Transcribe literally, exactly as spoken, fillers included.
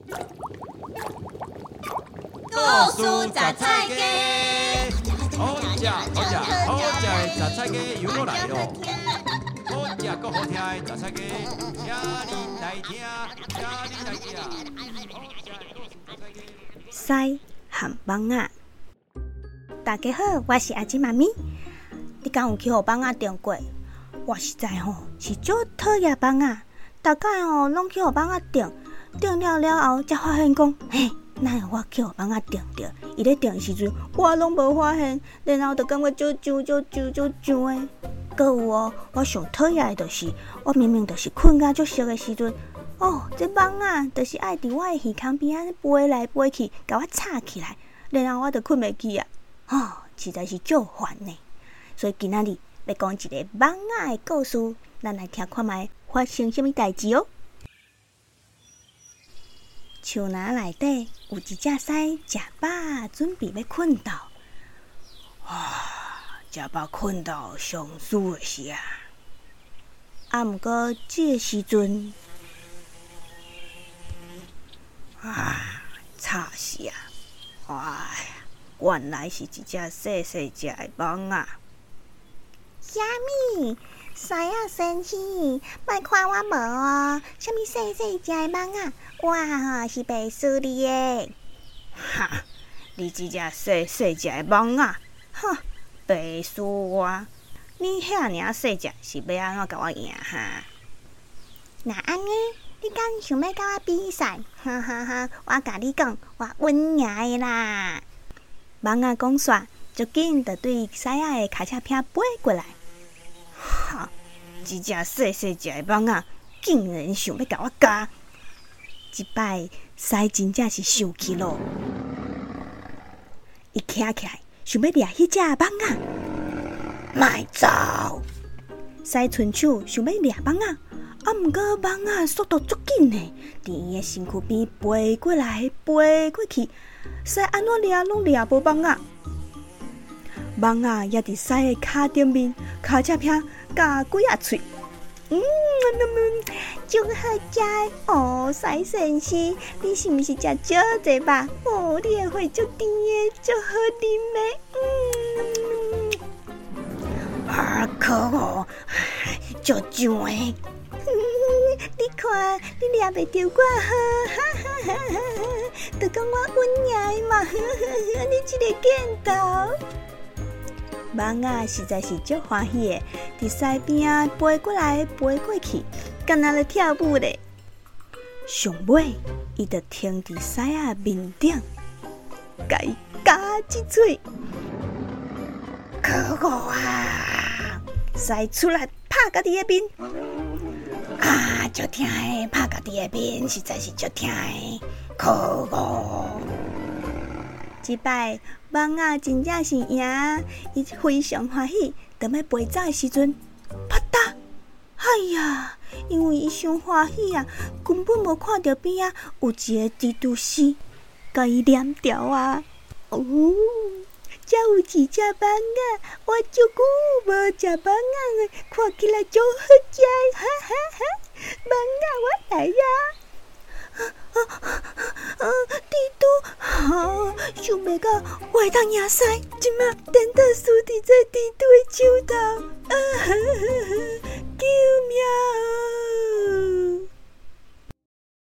故事杂菜鸡， 好食好食好食的杂菜鸡又搁来咯！好食搁好听的杂菜鸡，请你来听，请你来听。 狮和蠓仔，大家好，我是阿金妈咪。你敢有去互蠓仔订过？我实在吼是足讨厌蠓仔，大概吼拢去互蠓仔订，订了了后才发现讲，嘿，哪有我去互蠓仔订着？伊咧订的时阵，我拢无发现，然后就感觉足痒足痒足痒的。搁有哦，我上讨厌的就是，我明明就是困甲足熟的时阵，哦，这蠓仔就是爱伫我的耳孔边仔飞来飞去，甲我插起来，然后我就困袂去啊，哦，实在是足烦呢。所以今仔日要讲一个蠓仔的故事，咱来听看卖发生什么代志哦。树林内底有一只狮食饱，准备要困觉。哇，食饱困觉上舒的是啊！啊，毋过这个时阵，啊，吵死啊！哎，原来是一只细细只的蠓仔。虾米？狮仔生气，莫看我无哦！啥物细细只的蠓仔？我吼是白输你的。哈！你这只细细只的蠓仔，哼，白输我！你遐尔细只，是要安怎甲我赢哈？那安尼，你敢想要甲我比赛？哈哈哈！我甲你讲，我稳赢的啦！蠓仔讲煞，就紧就对狮仔的脚车片飞过来。哈！一只细细只的蠓仔，竟然想要甲我咬！即摆狮真正是生气咯，伊徛起来想要掠迄只蠓仔，莫走！狮伸手想要掠蠓仔，啊，毋过蠓仔速度足紧呢，伫伊的身躯边飞过来飞过去，狮安怎掠拢掠无蠓仔。蠓仔也伫狮的骹顶面，骹只片加几啊喙。嗯，嗯，真好食哦！狮先生，你是毋是食足济吧？哦，你的血足甜的，足好啉的。嗯，啊，可恶，足痒的。你看，你掠袂着我，哈哈哈哈！就讲我稳赢的嘛，你这个贱头！蠓仔实在是足欢喜的，伫狮边啊飞过来飞过去，敢若咧跳舞咧。上尾，伊就停伫狮仔面顶，甲伊咬一喙。可恶啊！狮出来拍家己的面，啊，足疼的，拍家己的面实在是足疼的，可恶！即摆蠓仔真正是赢，伊非常欢喜，等要飞走的时阵，啪嗒！哎呀，因为伊伤欢喜啊，根本无看到边啊有一个蜘蛛丝，甲伊黏牢啊！哦，才有一只蠓仔，我足久无食蠓仔了，看起来足好食，哈哈哈！蠓仔我来呀！啊啊啊！蜘蛛，啊，想袂到我会当赢狮，即马等到输伫这蜘蛛的手头，啊哈哈哈！救命！